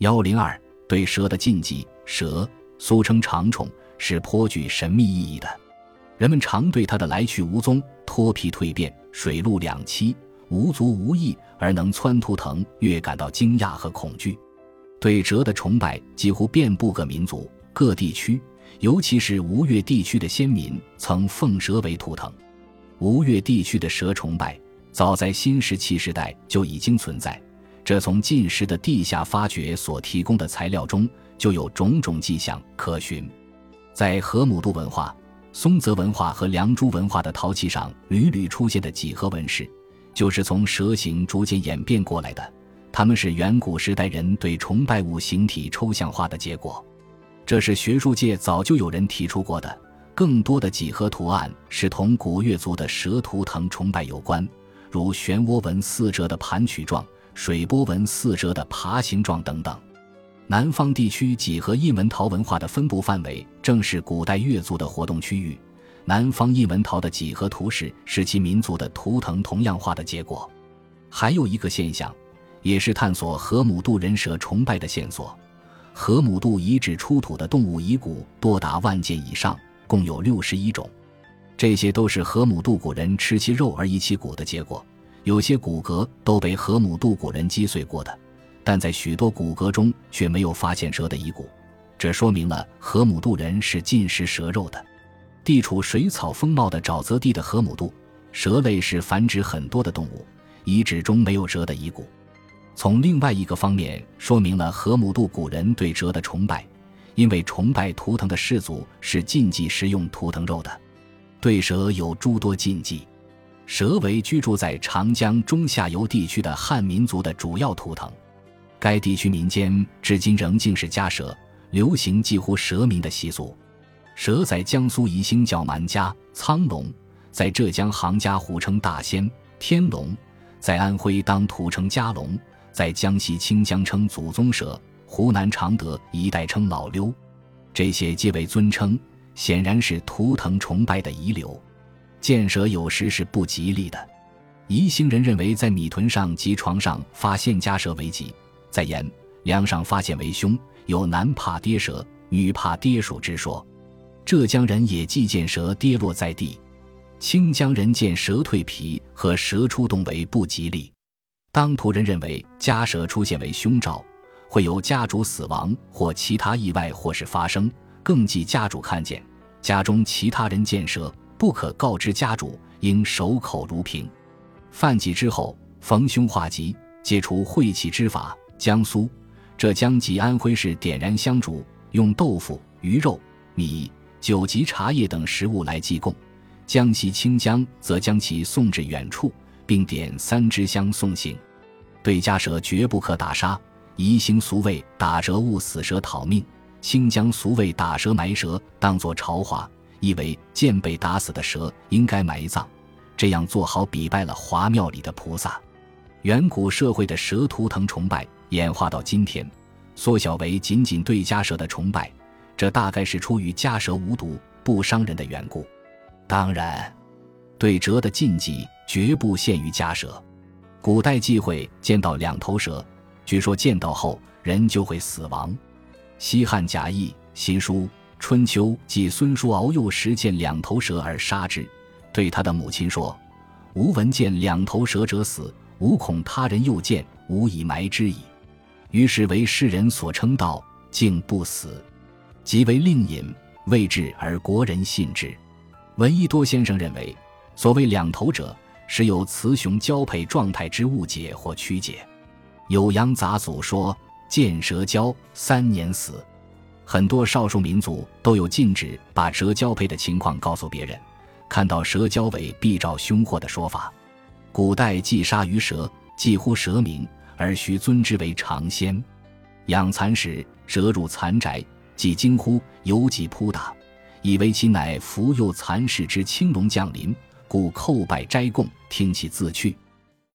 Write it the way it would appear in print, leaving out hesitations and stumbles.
102对蛇的禁忌。蛇俗称长虫，是颇具神秘意义的。人们常对它的来去无踪、脱皮蜕变、水陆两栖、无足无益而能窜图腾越感到惊讶和恐惧。对蛇的崇拜几乎遍布各民族、各地区，尤其是吴越地区的先民曾奉蛇为图腾。吴越地区的蛇崇拜早在新石器时代就已经存在，这从晋时的地下发掘所提供的材料中就有种种迹象可循。在河姆渡文化、松泽文化和良渚文化的陶器上屡屡出现的几何纹饰，就是从蛇形逐渐演变过来的，它们是远古时代人对崇拜物形体抽象化的结果。这是学术界早就有人提出过的。更多的几何图案是同古越族的蛇图腾崇拜有关，如漩涡纹四折的盘曲状、水波纹四折的爬行状等等。南方地区几何印纹陶文化的分布范围正是古代越族的活动区域，南方印纹陶的几何图式是其民族的图腾同样化的结果。还有一个现象，也是探索河姆渡人蛇崇拜的线索，河姆渡遗址出土的动物遗骨多达10000件以上，共有61种。这些都是河姆渡古人吃其肉而遗其骨的结果，有些骨骼都被河姆渡古人击碎过的，但在许多骨骼中却没有发现蛇的遗骨，这说明了河姆渡人是禁食蛇肉的。地处水草丰茂的沼泽地的河姆渡，蛇类是繁殖很多的动物，遗址中没有蛇的遗骨。从另外一个方面说明了河姆渡古人对蛇的崇拜，因为崇拜图腾的氏族是禁忌食用图腾肉的。对蛇有诸多禁忌，蛇为居住在长江中下游地区的汉民族的主要图腾，该地区民间至今仍敬视家蛇，流行几乎蛇民的习俗。蛇在江苏宜兴叫蛮家、苍龙，在浙江杭嘉湖称大仙、天龙，在安徽当土称家龙，在江西清江称祖宗蛇，湖南常德一带称老溜，这些皆为尊称，显然是图腾崇拜的遗留。见蛇有时是不吉利的，宜兴人认为在米屯上及床上发现家蛇为吉，在岩梁上发现为凶，有男怕跌蛇、女怕跌鼠之说。浙江人也忌见蛇跌落在地，清江人见蛇蜕皮和蛇出洞为不吉利。当涂人认为家蛇出现为凶兆，会有家主死亡或其他意外或是发生，更忌家主看见。家中其他人见蛇，不可告知家主，应守口如瓶。犯忌之后，逢凶化吉，皆除晦气之法。江苏、浙江及安徽市点燃香烛，用豆腐、鱼肉、米、酒及茶叶等食物来祭供。江西清江则将其送至远处，并点3支香送行。对家蛇绝不可打杀，宜兴俗谓打蛇勿死蛇讨命，清江俗谓打蛇埋蛇当作朝华，意为见被打死的蛇应该埋葬，这样做好比拜了华庙里的菩萨。远古社会的蛇图腾崇拜演化到今天，缩小为仅仅对家蛇的崇拜，这大概是出于家蛇无毒不伤人的缘故。当然，对蛇的禁忌绝不限于家蛇。古代忌讳见到2头蛇，据说见到后人就会死亡。西汉贾谊、新书、春秋记孙叔敖幼时见2头蛇而杀之，对他的母亲说：吾闻见2头蛇者死，吾恐他人又见，吾以埋之矣。于是为世人所称道，竟不死，即为令尹，谓之而国人信之。闻一多先生认为，所谓2头者，是有雌雄交配状态之误解或曲解。酉阳杂祖说见蛇交3年死，很多少数民族都有禁止把蛇交配的情况告诉别人，看到蛇交尾必招凶祸的说法。古代忌杀于蛇，忌乎蛇名，而须尊之为长仙。养蚕时，蛇入蚕宅，即惊呼，犹即扑打，以为其乃福佑蚕室之青龙降临，故叩拜斋供，听其自去。